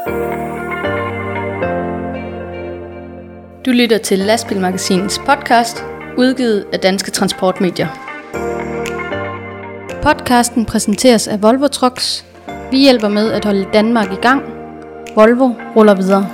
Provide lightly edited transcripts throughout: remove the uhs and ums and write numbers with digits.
Du lytter til Lastbilmagasinets podcast, udgivet af Danske Transportmedier. Podcasten præsenteres af Volvo Trucks. Vi hjælper med at holde Danmark i gang. Volvo ruller videre.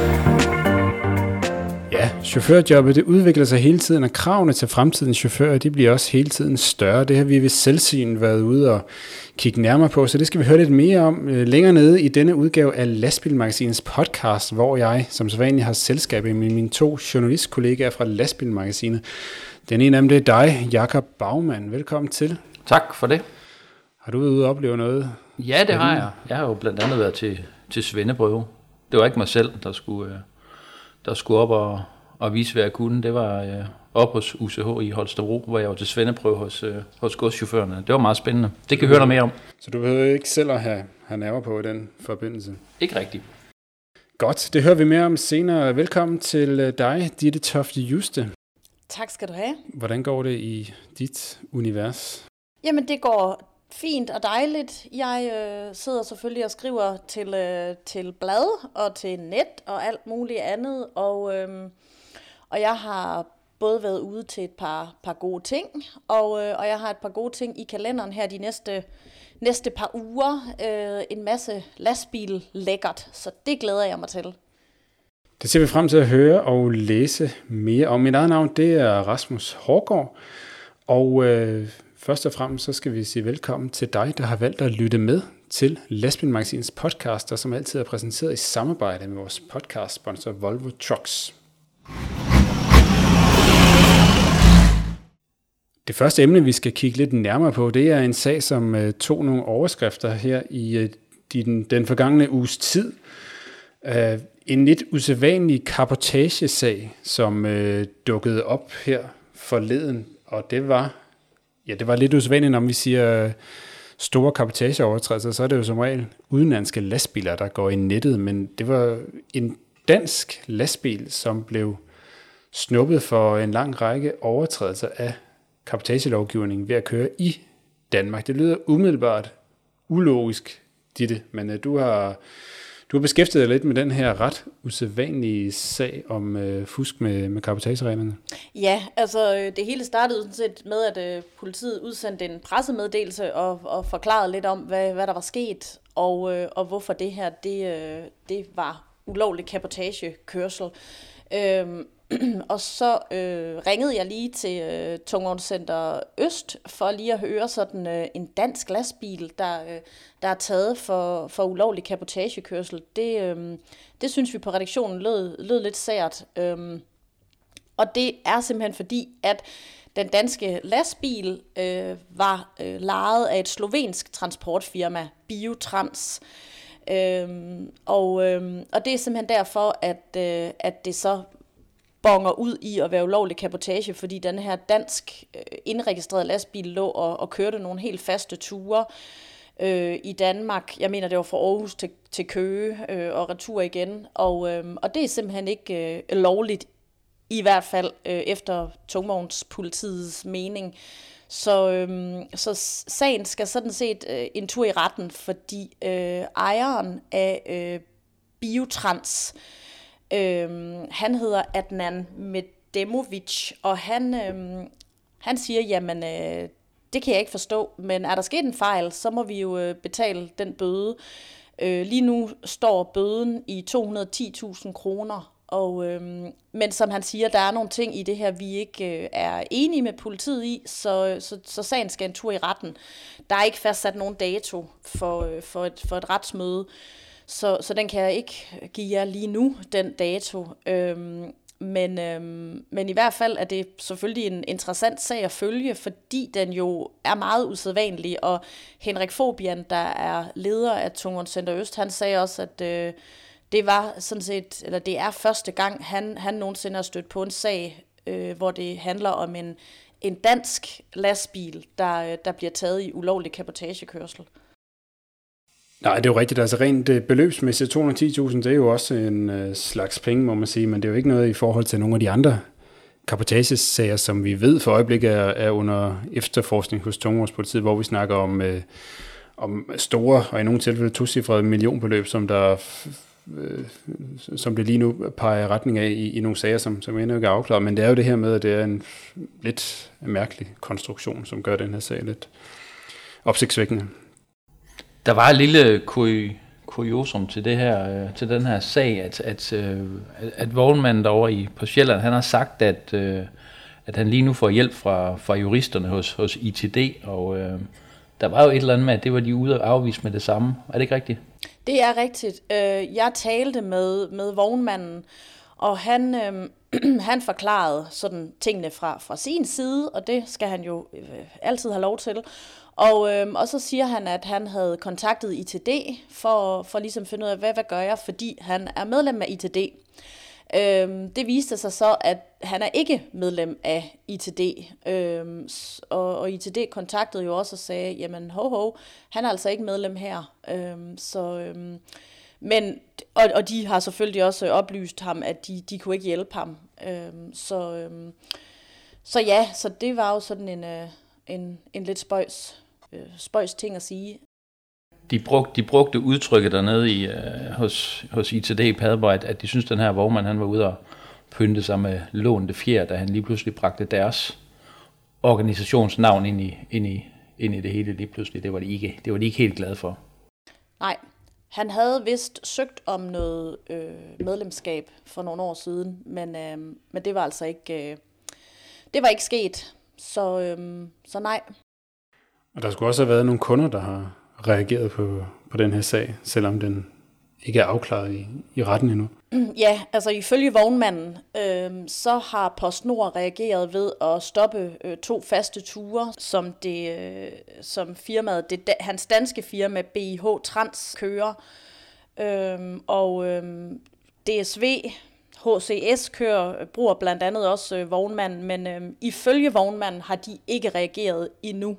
Ja, chaufførjobbet det udvikler sig hele tiden, og kravene til fremtidens chauffører de bliver også hele tiden større. Det har vi ved selvsyn været ude og kigge nærmere på, så det skal vi høre lidt mere om længere nede i denne udgave af Lastbilmagasinets podcast, hvor jeg som sædvanligt har selskab med mine to journalistkollegaer fra Lastbilmagasinet. Den ene af dem det er dig, Jakob Baumann. Velkommen til. Tak for det. Har du været ude og opleve noget? Ja, det har jeg. Jeg har jo blandt andet været til svendeprøve. Det var ikke mig selv, der skulle op og vise, hvad jeg kunne. Det var op hos UCH i Holstebro, hvor jeg var til svendeprøve hos godschaufførerne. Det var meget spændende. Det kan vi høre dig mere om. Så du behøver ikke selv at have nerver på i den forbindelse? Ikke rigtigt. Godt, det hører vi mere om senere. Velkommen til dig, Ditte Tofte Juste. Tak skal du have. Hvordan går det i dit univers? Jamen det går fint og dejligt. Jeg sidder selvfølgelig og skriver til blad og til net og alt muligt andet. Og jeg har både været ude til et par gode ting, og jeg har et par gode ting i kalenderen her de næste par uger. En masse lastbil lækkert, så det glæder jeg mig til. Det ser vi frem til at høre og læse mere om. Mit eget navn det er Rasmus Hårgaard, og først og fremmest så skal vi sige velkommen til dig, der har valgt at lytte med til Lastbilmagasinets podcast, der som altid er præsenteret i samarbejde med vores podcast-sponsor Volvo Trucks. Det første emne, vi skal kigge lidt nærmere på, det er en sag, som tog nogle overskrifter her i den forgangne uges tid. En lidt usædvanlig cabotagesag, som dukkede op her forleden, og det var lidt usædvanligt, når vi siger store cabotageovertrædelser, så er det jo som regel udenlandske lastbiler, der går i nettet, men det var en dansk lastbil, som blev snuppet for en lang række overtrædelser af cabotagelovgivningen ved at køre i Danmark. Det lyder umiddelbart ulogisk, Ditte, men du har beskæftiget dig lidt med den her ret usædvanlige sag om fusk med cabotagereglerne. Ja, altså det hele startede sådan set med, at politiet udsendte en pressemeddelelse og forklarede lidt om, hvad der var sket, og hvorfor det her det var ulovlig cabotagekørsel. Og så ringede jeg lige til Tungvognscenter Øst for lige at høre sådan en dansk lastbil, der er taget for ulovlig cabotagekørsel. Det synes vi på redaktionen lød lidt sært. Og det er simpelthen fordi, at den danske lastbil var lejet af et slovensk transportfirma, Biotrans. Og det er simpelthen derfor, at det så bonger ud i at være ulovlig cabotage, fordi den her dansk indregistrerede lastbil lå og kørte nogle helt faste ture i Danmark. Jeg mener, det var fra Aarhus til Køge og retur igen. Og det er simpelthen ikke lovligt, i hvert fald efter tungvognspolitiets mening. Så sagen skal sådan set en tur i retten, fordi ejeren af Biotrans, han hedder Adnan Medemovic, og han siger, jamen det kan jeg ikke forstå, men er der sket en fejl, så må vi jo betale den bøde. Lige nu står bøden i 210.000 kroner, men som han siger, der er nogle ting i det her, vi ikke er enige med politiet i, så sagen skal en tur i retten. Der er ikke fastsat nogen dato for et retsmøde, så den kan jeg ikke give jer lige nu, den dato. Men i hvert fald er det selvfølgelig en interessant sag at følge, fordi den jo er meget usædvanlig, og Henrik Fobian, der er leder af Tungvognscenter Øst, han sagde også, at det var sådan set, eller det er første gang, han nogensinde har stødt på en sag, hvor det handler om en dansk lastbil, der bliver taget i ulovlig cabotagekørsel. Nej, det er jo rigtigt. Altså rent beløbsmæssigt 210.000, det er jo også en slags penge, må man sige, men det er jo ikke noget i forhold til nogle af de andre cabotagesager, som vi ved for øjeblikket er under efterforskning hos Tungvognspolitiet, hvor vi snakker om store og i nogle tilfælde tocifrede millionbeløb, som der som det lige nu peger retning af i nogle sager, som endnu ikke er afklaret. Men det er jo det her med, at det er en lidt mærkelig konstruktion, som gør den her sag lidt opsigtsvækkende. Der var et lille kuriosum til det her, til den her sag, at vognmanden derovre på Sjælland, han har sagt, at han lige nu får hjælp fra juristerne hos ITD, og der var jo et eller andet med, at det var de ude at afvise med det samme. Er det ikke rigtigt? Det er rigtigt. Jeg talte med vognmanden, og han forklarede sådan tingene fra sin side, og det skal han jo altid have lov til. Og så siger han, at han havde kontaktet ITD for ligesom at finde ud af, hvad gør jeg, fordi han er medlem af ITD. Det viste sig så, at han er ikke medlem af ITD, og ITD kontaktede jo også og sagde, jamen han er altså ikke medlem her. Og de har selvfølgelig også oplyst ham, at de kunne ikke hjælpe ham. Så det var jo sådan en lidt spøjs ting at sige. De brugte udtrykket dernede hos ITD i Padborg, at de synes, den her vognmand, han var ude og pynte sig med lånte fjer, da han lige pludselig bragte deres organisationsnavn ind i det hele lige pludselig. Det var de ikke helt glade for. Nej, han havde vist søgt om noget medlemskab for nogle år siden, men det var altså ikke, det var ikke sket, så nej. Og der skulle også have været nogle kunder, der har reageret på den her sag, selvom den ikke er afklaret i retten endnu. Ja, altså ifølge vognmanden, så har PostNord reageret ved at stoppe 2 faste ture, som firmaet, hans danske firma BIH Trans kører, og DSV HCS bruger blandt andet også vognmanden, men ifølge vognmanden har de ikke reageret endnu.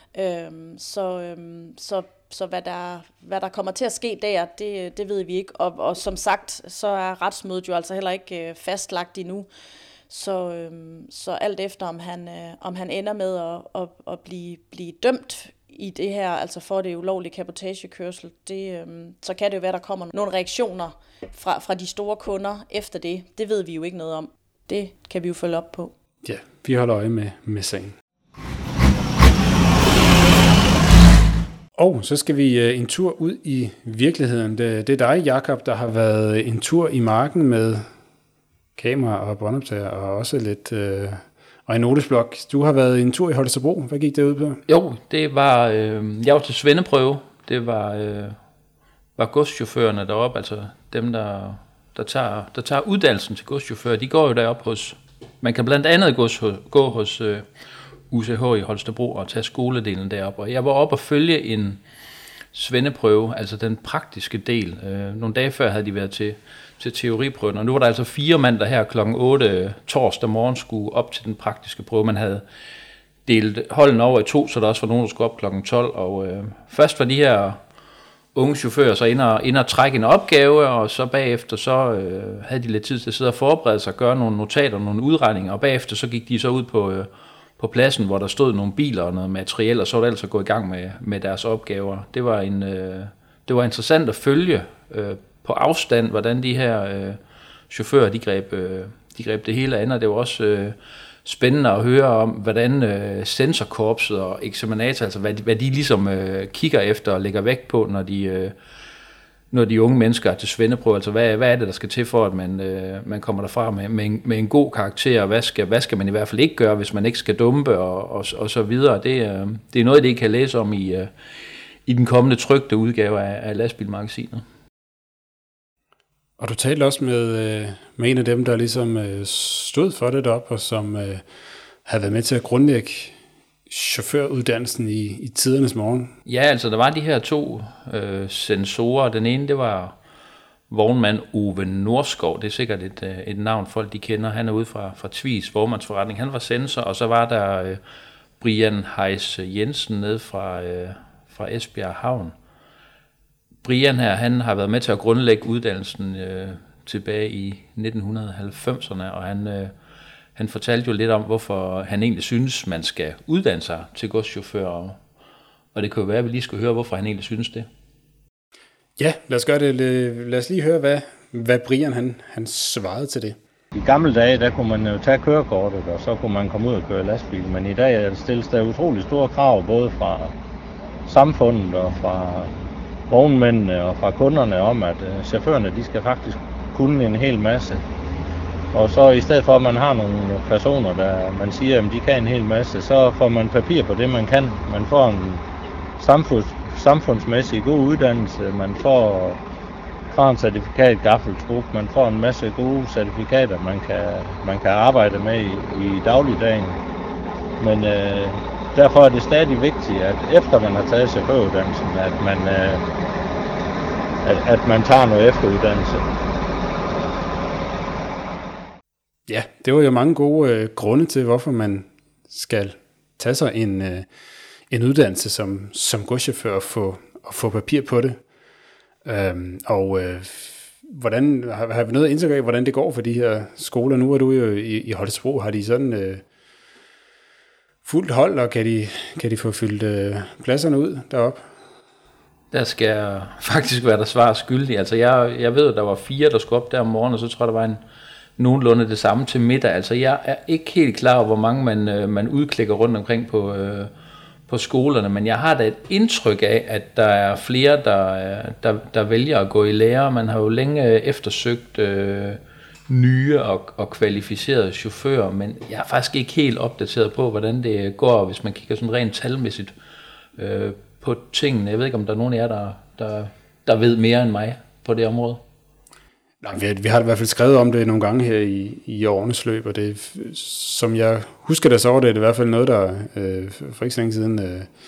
Så hvad der kommer til at ske der, det ved vi ikke. Og som sagt, så er retsmødet jo altså heller ikke fastlagt endnu. Så alt efter, om han ender med at blive dømt i det her, altså for det ulovlige cabotagekørsel, så kan det jo være, der kommer nogle reaktioner fra de store kunder efter det. Det ved vi jo ikke noget om. Det kan vi jo følge op på. Ja, vi holder øje med sagen. Og så skal vi en tur ud i virkeligheden. Det er dig, Jakob, der har været en tur i marken med kamera og båndoptager og også lidt og en notesblok. Du har været en tur i Holstebro. Hvad gik det ud på? Jo, det var jeg var til svendeprøve. Det var godschaufførerne deroppe, altså dem der tager uddannelsen til godschauffør. De går jo derop hos. Man kan blandt andet gå hos UCH i Holstebro og tage skoledelen derop. Og jeg var oppe og følge en svendeprøve, altså den praktiske del. Nogle dage før havde de været til teoriprøven, og nu var der altså 4 mand, der her klokken 8 torsdag morgen skulle op til den praktiske prøve. Man havde delt holden over i 2, så der også var nogen, der skulle op klokken 12. Og først var de her unge chauffører så inde og trække en opgave, og så bagefter så havde de lidt tid til at sidde og forberede sig og gøre nogle notater, nogle udregninger, og bagefter så gik de så ud på pladsen, hvor der stod nogle biler og noget materiel, og så var det altså gået i gang med deres opgaver. Det var interessant at følge på afstand, hvordan de her chauffører, de greb det hele an, og det var også spændende at høre om, hvordan sensorkorpset og eksaminator, altså hvad de ligesom kigger efter og lægger vægt på, når de unge mennesker er til svendeprøve, altså hvad er det, der skal til for, at man kommer derfra med en god karakter, og hvad skal man i hvert fald ikke gøre, hvis man ikke skal dumpe, og så videre. Det er noget, det I kan læse om i den kommende trykte udgave af Lastbilmagasinet. Og du talte også med en af dem, der ligesom stod for det deroppe, og som havde været med til at grundlægge chaufføruddannelsen i tidernes morgen. Ja, altså der var de her 2 sensorer. Den ene, det var vognmand Ove Nordskov. Det er sikkert et navn, folk de kender. Han er ude fra Tvis vognmandsforretning. Han var sensor, og så var der Brian Heis Jensen nede fra Esbjerg Havn. Brian her, han har været med til at grundlægge uddannelsen tilbage i 1990'erne, og han fortalte jo lidt om, hvorfor han egentlig synes, man skal uddanne sig til godschauffør, og det kunne jo være, at vi lige skulle høre, hvorfor han egentlig synes det. Ja, lad os gøre det. Lad os lige høre, hvad Brian han svarede til det. I gamle dage, der kunne man jo tage kørekortet, og så kunne man komme ud og køre lastbil. Men i dag stilles der utrolig store krav, både fra samfundet og fra vognmændene og fra kunderne om, at chaufførerne de skal faktisk kunne en hel masse. Og så i stedet for, at man har nogle personer, der man siger, at de kan en hel masse, så får man papir på det, man kan. Man får en samfundsmæssig god uddannelse, man får krancertifikat, gaffeltruk, man får en masse gode certifikater, man kan arbejde med i dagligdagen. Men derfor er det stadig vigtigt, at efter man har taget chaufføruddannelsen, at man tager noget efteruddannelse. Ja, det var jo mange gode grunde til, hvorfor man skal tage sig en uddannelse som godschauffør og få papir på det. Hvordan har vi noget indtryk af, hvordan det går for de her skoler? Nu er du jo i Holstebro. Har de sådan fuldt hold, og kan de få fyldt pladserne ud deroppe? Der skal jeg faktisk være der svar skyldig. Altså jeg ved, at der var 4, der skulle op der om morgenen, og så tror jeg, der var nogenlunde det samme til middag. Altså jeg er ikke helt klar over, hvor mange man udklikker rundt omkring på skolerne, men jeg har da et indtryk af, at der er flere, der vælger at gå i lære. Man har jo længe eftersøgt nye og kvalificerede chauffører, men jeg er faktisk ikke helt opdateret på, hvordan det går, hvis man kigger sådan rent talmæssigt på tingene. Jeg ved ikke, om der er nogen af jer, der ved mere end mig på det område. Nej, vi har i hvert fald skrevet om det nogle gange her i årenes løb, og det, som jeg husker det, så var det i hvert fald noget, der for ikke så længe siden,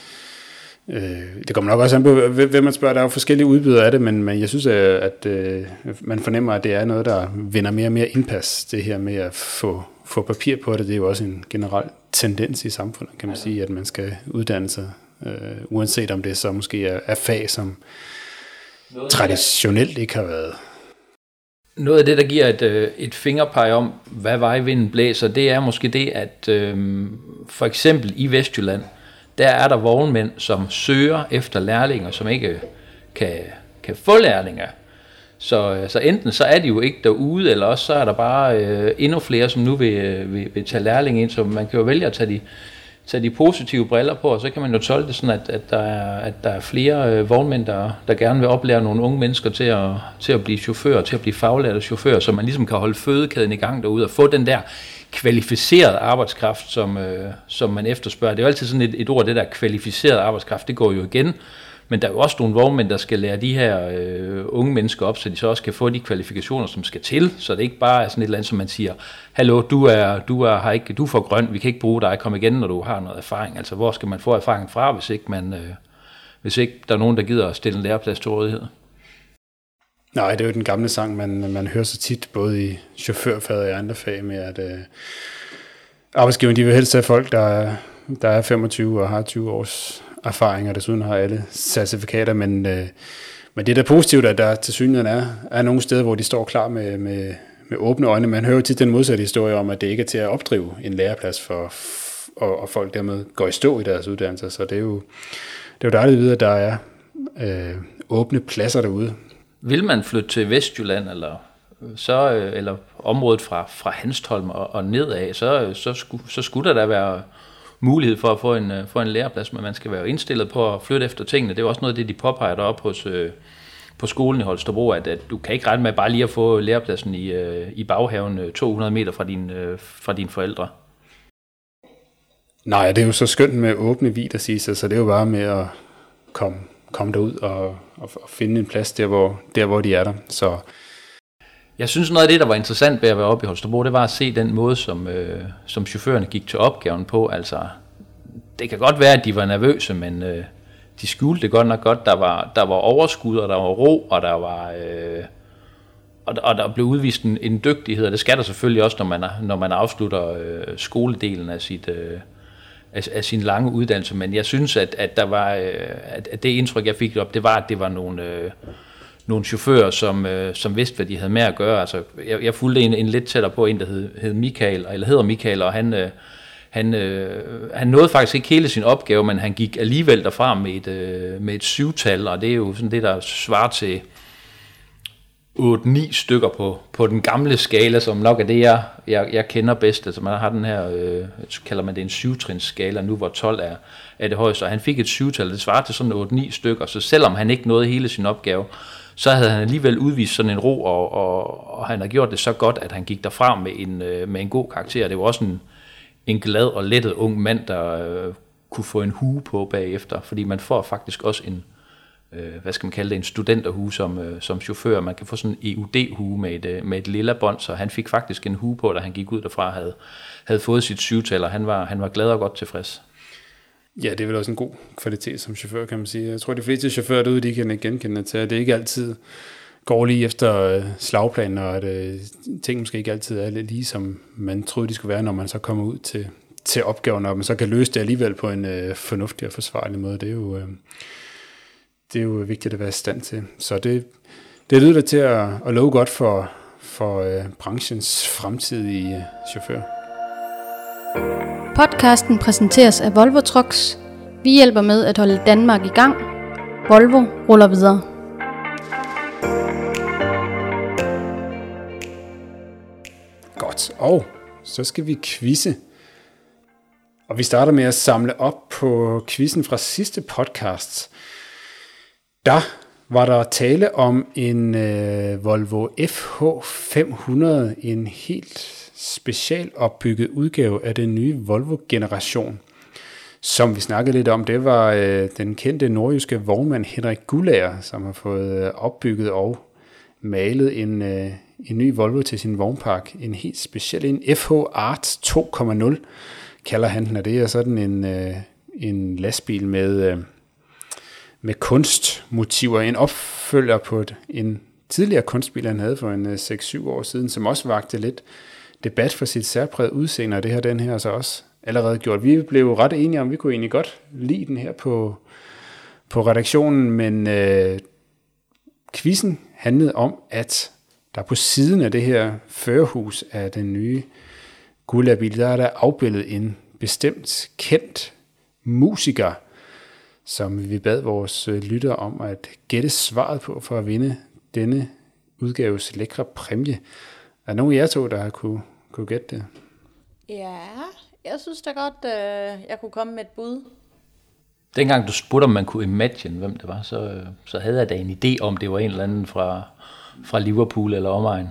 det kommer nok også an på, hvem man spørger, der er jo forskellige udbydere af det, men jeg synes, at man fornemmer, at det er noget, der vinder mere og mere indpas, det her med at få papir på det. Det er jo også en generel tendens i samfundet, kan man sige, at man skal uddanne sig, uanset om det så måske er fag, som traditionelt ikke har været. Noget af det, der giver et fingerpeg om, hvad vejvinden blæser, det er måske det, at for eksempel i Vestjylland, der er der vognmænd, som søger efter lærlinger, som ikke kan få lærlinger. Så enten så er de jo ikke derude, eller også så er der bare endnu flere, som nu vil tage lærlinge ind, så man kan jo vælge at tage de positive briller på, og så kan man jo tolke det sådan, at der er flere vognmænd, der gerne vil oplære nogle unge mennesker til at blive chauffører, til at blive faglærte chauffører, så man ligesom kan holde fødekæden i gang derude og få den der kvalificeret arbejdskraft, som man efterspørger. Det er jo altid sådan et ord, det der kvalificeret arbejdskraft, det går jo igen, men der er jo også nogle vognmænd, der skal lære de her unge mennesker op, så de så også kan få de kvalifikationer, som skal til, så det ikke bare er sådan et eller andet, som man siger, hallo, du er for grøn, vi kan ikke bruge dig, kom igen, når du har noget erfaring. Altså, hvor skal man få erfaringen fra, hvis ikke der er nogen, der gider at stille en læreplads til rådighed? Nej, det er jo den gamle sang, man hører så tit, både i chaufførfaget og i andre fag, med at arbejdsgiverne, de vil helst have folk, der er 25 og har 20 års erfaring, og desuden har alle certifikater, men det er da positivt, at der til synligheden er nogle steder, hvor de står klar med åbne øjne. Man hører jo tit den modsatte historie om, at det ikke er til at opdrive en læreplads og folk dermed går i stå i deres uddannelser, så det er jo dejligt at vide, at der er åbne pladser derude. Vil man flytte til Vestjylland, eller området fra Hanstholm og nedad, så skulle der da være mulighed for at få en læreplads, men man skal være indstillet på at flytte efter tingene. Det er jo også noget af det, de påpeger deroppe på skolen i Holstebro, at du kan ikke regne med bare lige at få lærepladsen i baghaven 200 meter fra dine forældre. Nej, det er jo så skønt med åbne vid at sige sig, så det er jo bare med at komme derud og finde en plads der, hvor de er der. Så jeg synes, noget af det, der var interessant ved at være oppe i Holstebro, det var at se den måde, som chaufførerne gik til opgaven på. Altså, det kan godt være, at de var nervøse, men de skjulte det godt nok godt. Der var overskud, og der var ro, og og der blev udvist en dygtighed, og det skal der selvfølgelig også, når man afslutter skoledelen af sin lange uddannelse. Men jeg synes, at der var, at det indtryk, jeg fik op, det var, at det var nogle chauffører, som vidste, hvad de havde med at gøre. Altså, jeg fulgte en lidt tættere på, en der hedder Michael, og han Han nåede faktisk ikke hele sin opgave, men han gik alligevel derfra med et 7-tal, og det er jo sådan det, der svarer til 8-9 stykker på den gamle skala, som nok er det, jeg kender bedst. Altså man har den her, kalder man det en 7-trins skala nu, hvor 12 er det højeste, og han fik et 7-tal, det svarer til sådan 8-9 stykker, så selvom han ikke nåede hele sin opgave, så havde han alligevel udvist sådan en ro, og han har gjort det så godt, at han gik derfra med en god karakter. Det var også en glad og lettet ung mand, der kunne få en hue på bagefter, fordi man får faktisk også en, hvad skal man kalde det, en studenterhue som chauffør. Man kan få sådan en EUD-hue med et lilla bånd, så han fik faktisk en hue på, da han gik ud derfra, havde fået sit 7-tal, og han var glad og godt tilfreds. Ja, det er vel også en god kvalitet som chauffør, kan man sige. Jeg tror, de fleste chauffører derude, de kan genkende til, at det ikke altid går lige efter slagplanen, og at ting måske ikke altid er lige, som man troede, de skulle være, når man så kommer ud til opgaven, og man så kan løse det alligevel på en fornuftig og forsvarlig måde. Det er jo vigtigt at være i stand til. Så det lyder til at love godt for branchens fremtidige chauffør. Podcasten præsenteres af Volvo Trucks. Vi hjælper med at holde Danmark i gang. Volvo ruller videre. Godt, og så skal vi quizze. Og vi starter med at samle op på quizzen fra sidste podcast. Der var der tale om en Volvo FH500, en helt specielt opbygget udgave af den nye Volvo-generation. Som vi snakkede lidt om, det var den kendte nordjyske vognmand Henrik Guldager, som har fået opbygget og malet en ny Volvo til sin vognpark. En helt speciel, en FH Art 2.0 kalder han den, og det er sådan en lastbil med kunstmotiver, en opfølger på en tidligere kunstbil, han havde for en 6-7 år siden, som også vagte lidt debat for sit særpræget udseende, og det har den her så også allerede gjort. Vi blev ret enige om, vi kunne egentlig godt lide den her på redaktionen, men quizzen handlede om, at der på siden af det her førerhus af den nye Guldager-bil, der er der afbildet en bestemt kendt musiker, som vi bad vores lyttere om at gætte svaret på for at vinde denne udgaves lækre præmie. Er der nogen af jer to, der har kunne gætte det? Ja, jeg synes da godt, jeg kunne komme med et bud. Dengang du spurgte, om man kunne imagine, hvem det var, så havde jeg da en idé om, det var en eller anden fra Liverpool eller omegn.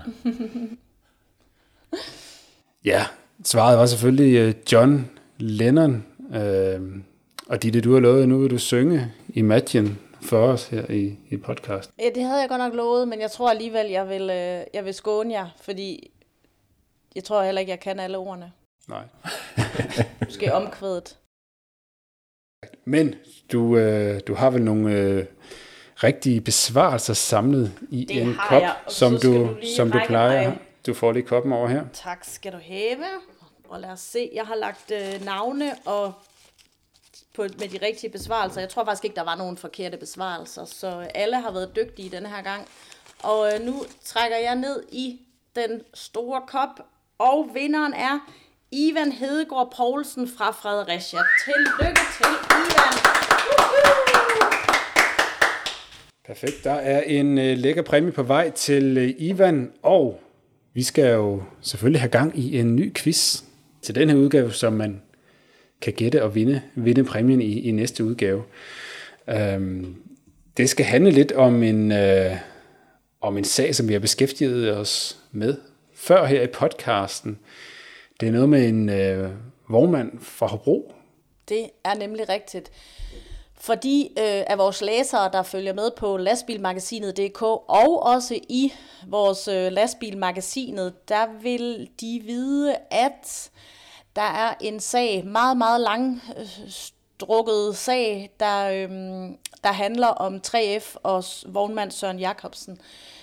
Ja, svaret var selvfølgelig John Lennon. Og Ditte, du har lovet, nu vil du synge Imagine for os her i podcast. Ja, det havde jeg godt nok lovet, men jeg tror alligevel, jeg vil skåne jer, fordi jeg tror heller ikke, jeg kan alle ordene. Nej. Måske omkvædet. Men du har vel nogle rigtige besvarelser samlet i det en har kop, jeg, som du plejer. mig. Du får lige koppen over her. Tak skal du have. Og lad os se, jeg har lagt navne og med de rigtige besvarelser. Jeg tror faktisk ikke, der var nogen forkerte besvarelser, så alle har været dygtige denne her gang. Og nu trækker jeg ned i den store kop, og vinderen er Ivan Hedegaard Poulsen fra Fredericia. Tillykke til Ivan! Perfekt. Der er en lækker præmie på vej til Ivan, og vi skal jo selvfølgelig have gang i en ny quiz til den her udgave, som man kan gætte og vinde præmien i næste udgave. Det skal handle lidt om en sag, som vi har beskæftiget os med før her i podcasten. Det er noget med en vognmand fra Hobro. Det er nemlig rigtigt. For de af vores læsere, der følger med på lastbilmagasinet.dk og også i vores lastbilmagasinet, der vil de vide, at der er en sag, meget, meget langstrukket sag, der handler om 3F og vognmand Søren Jacobsen.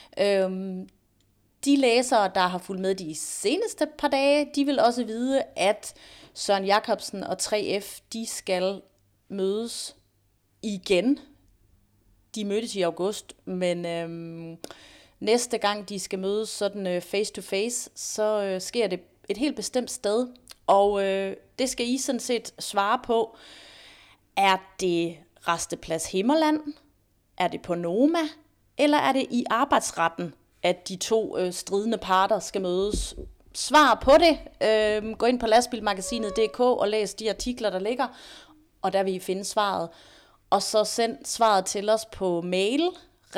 De læsere, der har fulgt med de seneste par dage, de vil også vide, at Søren Jacobsen og 3F, de skal mødes igen. De mødtes i august, men næste gang de skal mødes sådan face to face, så sker det et helt bestemt sted, og det skal I sådan set svare på. Er det Rasteplads Himmerland? Er det på Noma? Eller er det i arbejdsretten, at de to stridende parter skal mødes? Svar på det. Gå ind på lastbilmagasinet.dk og læs de artikler, der ligger, og der vil I finde svaret. Og så send svaret til os på mail,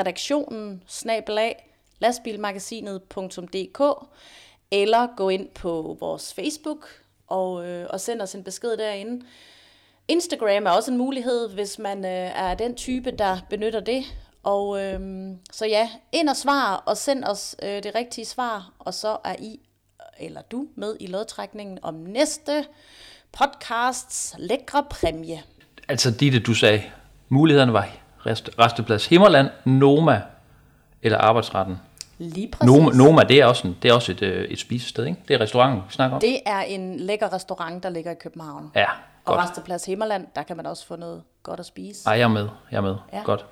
redaktionen@lastbilmagasinet.dk, eller gå ind på vores Facebook og send os en besked derinde. Instagram er også en mulighed, hvis man er den type, der benytter det. Og så ja, ind og svar, og send os det rigtige svar, og så er I, eller du, med i lodtrækningen om næste podcasts lækre præmie. Altså Ditte, du sagde, mulighederne var Rasteplads Himmerland, Noma eller arbejdsretten. Lige præcis. Noma, det er også et spisested, ikke? Det er restauranten, vi snakker om. Det er en lækker restaurant, der ligger i København. Ja, og godt. Rasteplads Himmerland, der kan man også få noget godt at spise. Ej, jeg er med. Ja. Godt.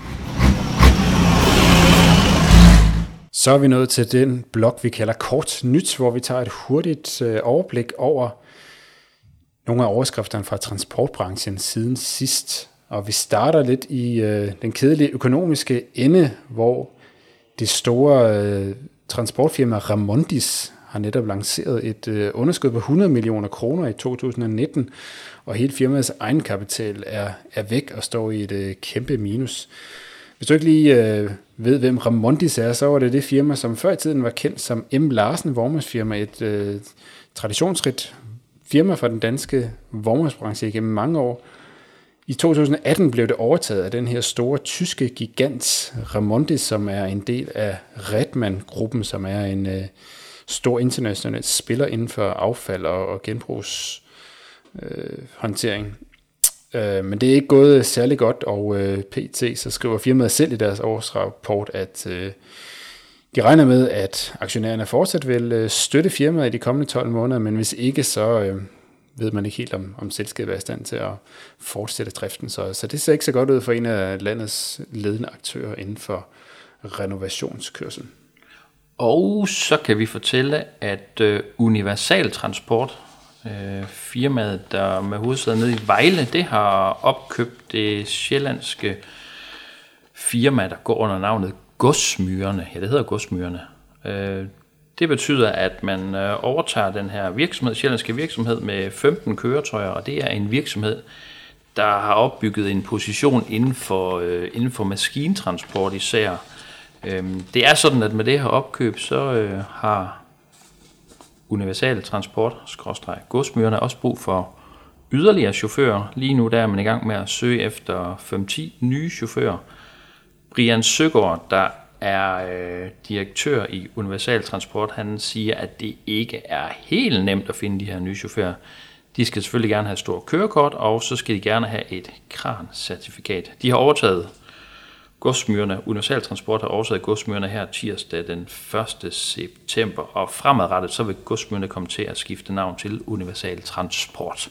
Så er vi nået til den blok, vi kalder Kort Nyt, hvor vi tager et hurtigt overblik over nogle af overskrifterne fra transportbranchen siden sidst. Og vi starter lidt i den kedelige økonomiske ende, hvor det store transportfirma Ramondis har netop lanceret et underskud på 100 millioner kroner i 2019, og hele firmaets egenkapital er væk og står i et kæmpe minus. Hvis du ikke lige ved, hvem Ramondis er, så var det firma, som før i tiden var kendt som M. Larsen vognmandsfirma, et traditionsrigt firma for den danske vognmandsbranche igennem mange år. I 2018 blev det overtaget af den her store tyske gigant Ramondis, som er en del af Redman-gruppen, som er en stor international spiller inden for affald og genbrugshåndtering. Men det er ikke gået særlig godt, og PT så skriver firmaet selv i deres årsrapport, at de regner med, at aktionærerne fortsat vil støtte firmaet i de kommende 12 måneder, men hvis ikke, så ved man ikke helt, om selskabet er i stand til at fortsætte driften. Så det ser ikke så godt ud for en af landets ledende aktører inden for renovationskørsel. Og så kan vi fortælle, at Universal Transport, firmaet, der med hovedsæde nede i Vejle, det har opkøbt det sjællandske firma, der går under navnet Godsmyrerne. Ja, det hedder Godsmyrerne. Det betyder, at man overtager den her virksomhed, sjællandske virksomhed, med 15 køretøjer, og det er en virksomhed, der har opbygget en position inden for maskintransport især. Det er sådan, at med det her opkøb, så har Universal Transport, Godsmyrerne, også brug for yderligere chauffører. Lige nu der er man i gang med at søge efter 5-10 nye chauffører. Brian Søgaard, der er direktør i Universal Transport, han siger, at det ikke er helt nemt at finde de her nye chauffører. De skal selvfølgelig gerne have et stort kørekort, og så skal de gerne have et kran-certifikat. De har overtaget Godsmyrerne, Universal Transport har overtaget Godsmyrerne her tirsdag den 1. september, og fremadrettet så vil Godsmyrerne komme til at skifte navn til Universal Transport.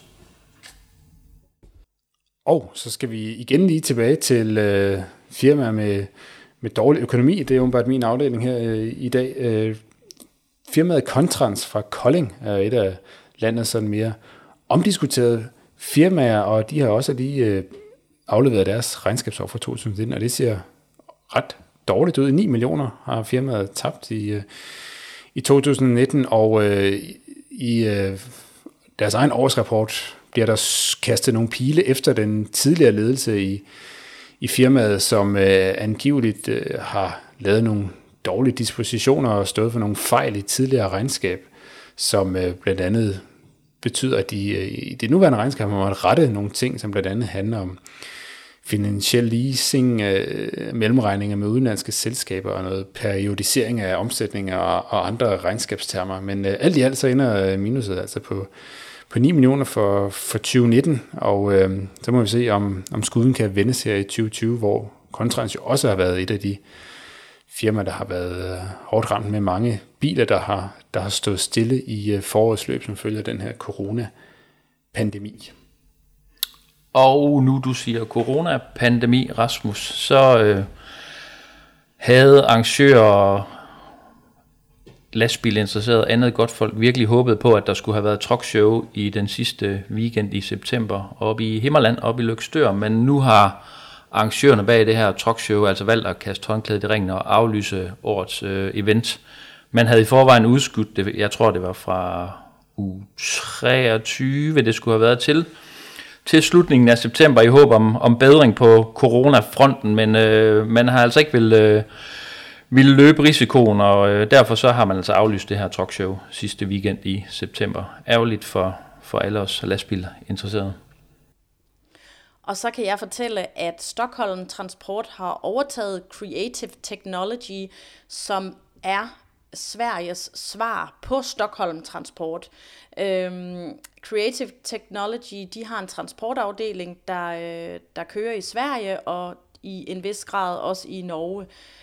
Og så skal vi igen lige tilbage til firmaer med dårlig økonomi. Det er åbenbart min afdeling her i dag. Firmaet Contrans fra Kolding er et af landets sådan mere omdiskuterede firmaer, og de har også lige afleveret deres regnskabsår for 2019, og det ser ret dårligt ud. 9 millioner har firmaet tabt i 2019, og i deres egen årsrapport bliver der kastet nogle pile efter den tidligere ledelse i firmaet, som angiveligt har lavet nogle dårlige dispositioner og stået for nogle fejl i tidligere regnskab, som blandt andet betyder, at de i det nuværende regnskab har måttet rette nogle ting, som blandt andet handler om finansiel leasing, mellemregninger med udenlandske selskaber og noget periodisering af omsætninger og andre regnskabstermer. Men alt i alt så ender minuset altså på 9 millioner for 2019, og så må vi se, om skuden kan vendes her i 2020, hvor Contrans jo også har været et af de firmaer, der har været hårdt ramt med mange biler, der har stået stille i forårets løb, som følger den her coronapandemi. Og nu du siger coronapandemi, Rasmus, så havde arrangører lastbilinteresserede andet godt folk virkelig håbede på, at der skulle have været truckshow i den sidste weekend i september oppe i Himmerland, oppe i Løgstør, men nu har arrangørerne bag det her truckshow altså valgt at kaste håndklædet i ringen og aflyse årets event. Man havde i forvejen udskudt det, jeg tror det var fra uge 23, det skulle have været til slutningen af september i håb om bedring på coronafronten, men man har altså ikke ville løbe risikoen, og derfor så har man altså aflyst det her truckshow sidste weekend i september. Ærgerligt for alle os lastbilinteresserede. Og så kan jeg fortælle, at Stockholm Transport har overtaget Creative Technology, som er Sveriges svar på Stockholm Transport. Creative Technology, de har en transportafdeling, der kører i Sverige og i en vis grad også i Norge.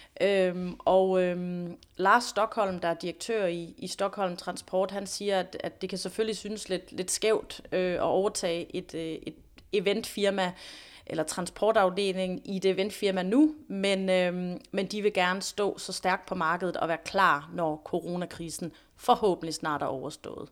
Lars Stockholm, der er direktør i Stockholm Transport, han siger, at det kan selvfølgelig synes lidt skævt at overtage et eventfirma eller transportafdeling i det eventfirma nu, men de vil gerne stå så stærkt på markedet og være klar, når coronakrisen forhåbentlig snart er overstået.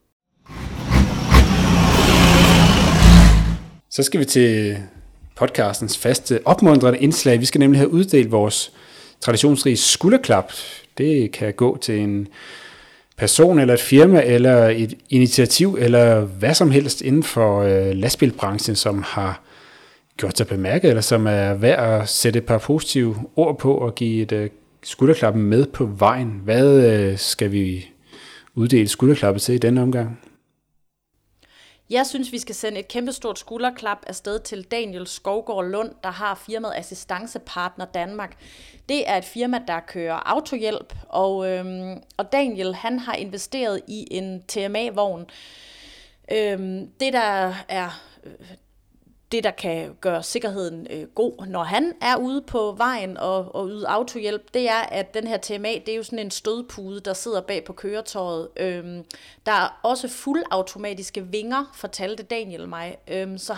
Så skal vi til podcastens faste opmuntrende indslag. Vi skal nemlig have uddelt vores traditionsrige skulderklap. Det kan gå til en person eller et firma eller et initiativ eller hvad som helst inden for lastbilbranchen, som har gjort sig bemærket, eller som er værd at sætte et par positive ord på og give et skulderklap med på vejen. Hvad skal vi uddele skulderklappet til i denne omgang? Jeg synes, vi skal sende et kæmpestort skulderklap afsted til Daniel Skovgaard Lund, der har firmaet Assistancepartner Danmark. Det er et firma, der kører autohjælp, og Daniel han har investeret i en TMA-vogn. Det, der kan gøre sikkerheden god, når han er ude på vejen og yde autohjælp, det er, at den her TMA, det er jo sådan en stødpude, der sidder bag på køretøjet. Der er også fuldautomatiske vinger, fortalte Daniel mig, så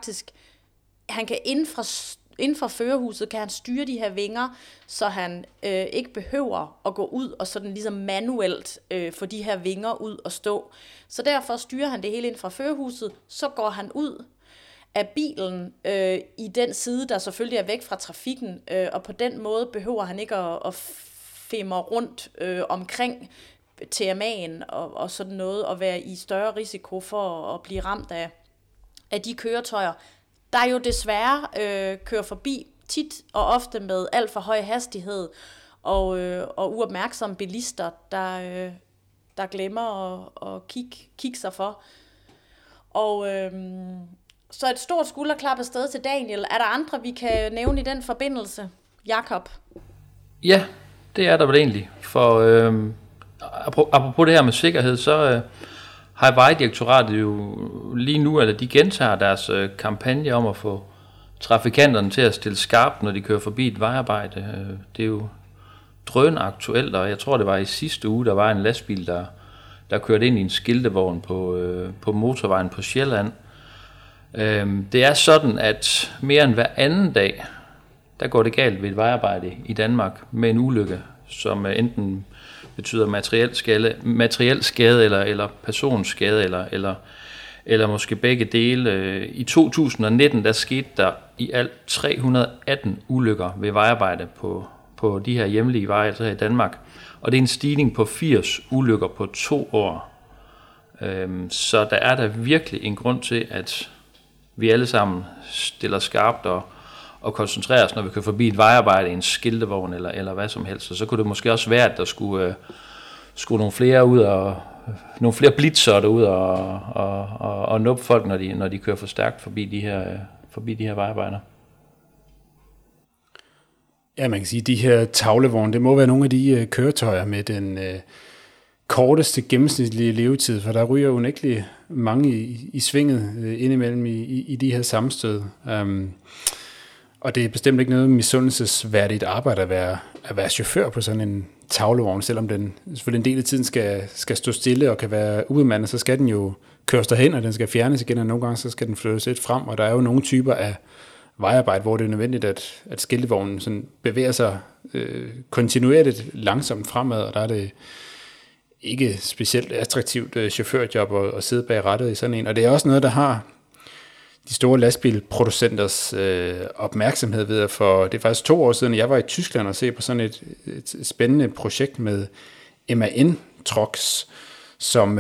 han kan inden for førerhuset kan han styre de her vinger, så han ikke behøver at gå ud og sådan ligesom manuelt få de her vinger ud og stå. Så derfor styrer han det hele inden fra førerhuset, så går han ud af bilen i den side, der selvfølgelig er væk fra trafikken, og på den måde behøver han ikke at femre rundt omkring TMA'en og sådan noget, og være i større risiko for at blive ramt af de køretøjer, der jo desværre kører forbi tit og ofte med alt for høj hastighed, og uopmærksomme bilister, der glemmer at kigge sig for. Og så et stort skulderklap afsted til Daniel. Er der andre, vi kan nævne i den forbindelse? Jakob? Ja, det er der vel egentlig. For apropos det her med sikkerhed, så har Vejdirektoratet jo lige nu, eller de gentager deres kampagne om at få trafikanterne til at stille skarpt, når de kører forbi et vejarbejde. Det er jo drønaktuelt, og jeg tror, det var i sidste uge, der var en lastbil, der kørte ind i en skiltevogn på motorvejen på Sjælland. Det er sådan, at mere end hver anden dag, der går det galt ved et vejarbejde i Danmark med en ulykke, som enten betyder materiel skade eller personskade eller måske begge dele. I 2019 der skete der i alt 318 ulykker ved vejarbejde på de her hjemlige veje, altså her i Danmark. Og det er en stigning på 80 ulykker på 2 år. Så der er der virkelig en grund til, at vi alle sammen stiller skarpt og koncentrerer os, når vi kører forbi et vejarbejde, en skiltevogn eller hvad som helst. Og så kunne det måske også være, at der skulle nogle flere ud og nogle flere blitzer derud og nuppe folk, når de kører for stærkt forbi de her vejarbejder. Ja, man kan sige, at de her tavlevogne, det må være nogle af de køretøjer med den korteste gennemsnitlige levetid, for der ryger unægteligt mange i svinget indimellem i de her sammenstød. Og det er bestemt ikke noget misundelsesværdigt arbejde at være chauffør på sådan en tavlevogn, selvom den selvfølgelig en del af tiden skal stå stille og kan være ubemandet, så skal den jo køres derhen, og den skal fjernes igen, og nogle gange så skal den flyttes lidt frem, og der er jo nogle typer af vejarbejde, hvor det er nødvendigt, at skiltevognen sådan bevæger sig kontinuerligt langsomt fremad, og der er det ikke specielt attraktivt chaufførjob at sidde bag rattet i sådan en. Og det er også noget, der har de store lastbilproducenters opmærksomhed ved, for det er faktisk 2 år siden, jeg var i Tyskland og se på sådan et spændende projekt med MAN Trucks, som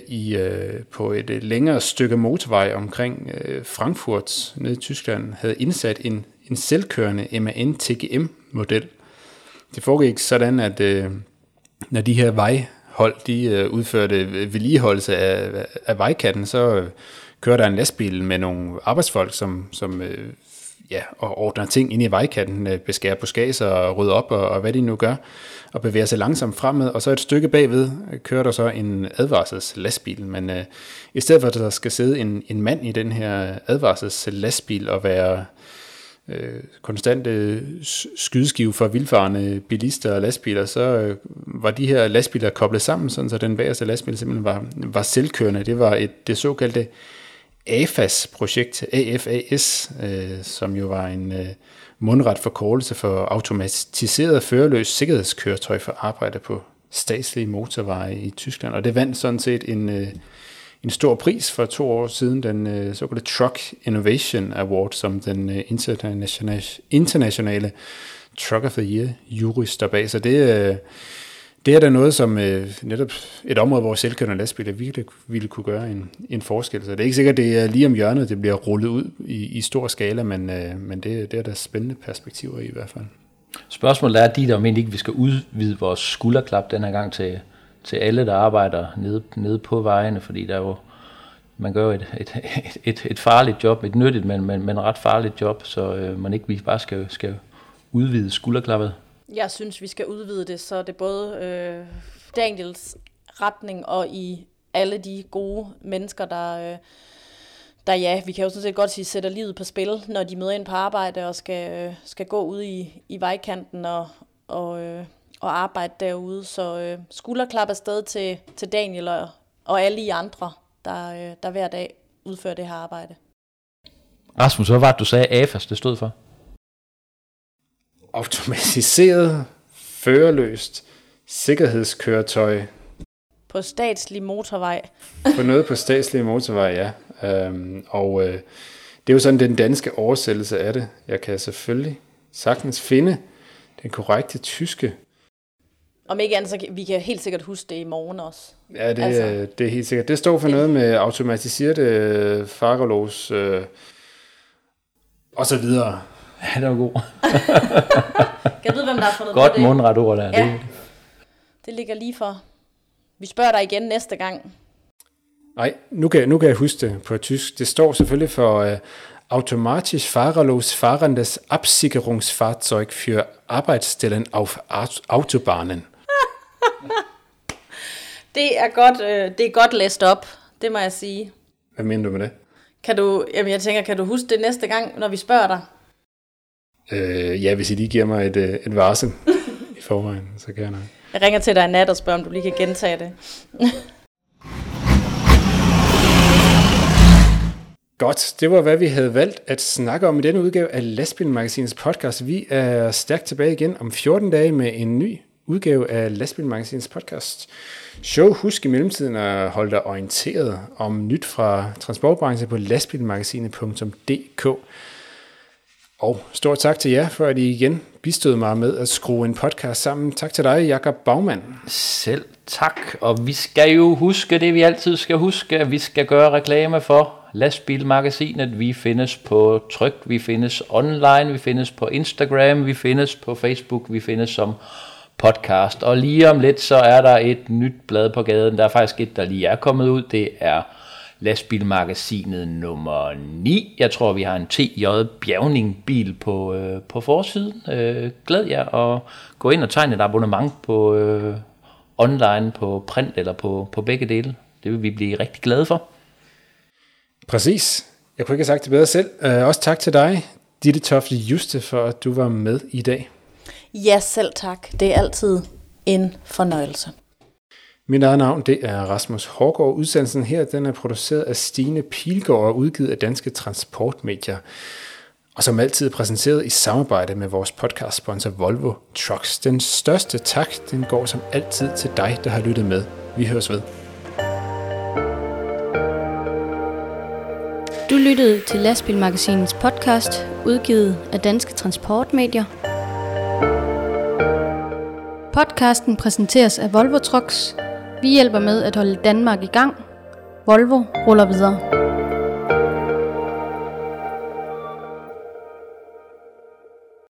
på et længere stykke motorvej omkring Frankfurt nede i Tyskland havde indsat en selvkørende MAN TGM-model. Det foregik sådan, at når de her vejhold, de udførte vedligeholdelse af vejkanten, så kører der en lastbil med nogle arbejdsfolk, som og ordner ting ind i vejkanten, beskærer buskager og rydder op og hvad de nu gør, og bevæger sig langsomt fremad, og så et stykke bagved kører der så en advarselslastbil, men i stedet for at der skal sidde en mand i den her advarselslastbil og være konstant skydeskive for vildfarende bilister og lastbiler, så var de her lastbiler koblet sammen, sådan så den bagerste lastbil simpelthen var selvkørende. Det var det såkaldte AFAS-projekt, AFAS, som jo var en mundret forkortelse for automatiseret førerløs sikkerhedskøretøj for arbejde på statslige motorveje i Tyskland. Og det vandt sådan set en stor pris for 2 år siden, den såkaldte Truck Innovation Award, som den internationale Truck of the Year jury står bag. Så det er da noget, som netop et område, hvor selvkørende lastbiler virkelig ville kunne gøre en forskel. Så det er ikke sikkert, det er lige om hjørnet, det bliver rullet ud i stor skala, men det er da spændende perspektiver i hvert fald. Spørgsmålet er, der om ikke vi skal udvide vores skulderklap den her gang til alle, der arbejder nede på vejene, fordi der er jo, man gør jo et farligt job, et nyttigt, men ret farligt job, så man ikke vi bare skal udvide skulderklappet. Jeg synes, vi skal udvide det, så det er både Daniels retning og i alle de gode mennesker, der vi kan jo sådan set godt sige, sætter livet på spil, når de møder ind på arbejde og skal gå ud i vejkanten og arbejde derude. Så skulderklap afsted til Daniel og alle I andre, der hver dag udfører det her arbejde. Rasmus, hvad var det, du sagde, AFAS det stod for? Automatiseret, førerløst, sikkerhedskøretøj. På statslig motorvej. På noget på statslig motorvej, ja. Det er jo sådan den danske oversættelse af det. Jeg kan selvfølgelig sagtens finde den korrekte tyske. Om ikke andet, så vi kan helt sikkert huske det i morgen også. Ja, det er helt sikkert. Det står for noget med automatiseret fahrerlos og så videre. Ja, det var god. Kan jeg vide, hvem der har fundet godt på det? Godt mundret ord der. Ja, det ligger lige for. Vi spørger dig igen næste gang. Nej, nu kan jeg huske det på tysk. Det står selvfølgelig for automatisch fahrerlos fahrendes Absicherungsfahrzeug für Arbeitsstellen auf Autobahnen. Det er godt læst op, det må jeg sige. Hvad mener du med det? Kan du huske det næste gang, når vi spørger dig? Ja, hvis I lige giver mig et varsel i forvejen, så kan jeg nok. Jeg ringer til dig i nat og spørger, om du lige kan gentage det. Godt, det var hvad vi havde valgt at snakke om i denne udgave af Lastbilmagasinets podcast. Vi er stærkt tilbage igen om 14 dage med en ny udgave af Lastbilmagasinets podcast. Husk i mellemtiden at holde dig orienteret om nyt fra transportbranchen på lastbilmagasinet.dk. Og stort tak til jer, for at I igen bistod mig med at skrue en podcast sammen. Tak til dig, Jakob Baumann. Selv tak, og vi skal jo huske det, vi altid skal huske, at vi skal gøre reklame for Lastbilmagasinet. Vi findes på tryk, vi findes online, vi findes på Instagram, vi findes på Facebook, vi findes som podcast. Og lige om lidt, så er der et nyt blad på gaden. Der er faktisk et, der lige er kommet ud. Det er Lastbilmagasinet nummer 9. Jeg tror, vi har en TJ Bjergning-bil på forsiden. Glæd jer og gå ind og tegne et abonnement på online, på print eller på begge dele. Det vil vi blive rigtig glade for. Præcis. Jeg kunne ikke have sagt det bedre selv. Også tak til dig, Ditte Tofte Juste, for at du var med i dag. Ja, selv tak. Det er altid en fornøjelse. Mit eget navn, det er Rasmus Hårgaard. Udsendelsen her, den er produceret af Stine Pilgaard og udgivet af Danske Transportmedier. Og som altid præsenteret i samarbejde med vores podcastsponsor Volvo Trucks. Den største tak, den går som altid til dig, der har lyttet med. Vi høres ved. Du lyttede til Lastbilmagasinets podcast, udgivet af Danske Transportmedier. Podcasten præsenteres af Volvo Trucks. Vi hjælper med at holde Danmark i gang. Volvo ruller videre.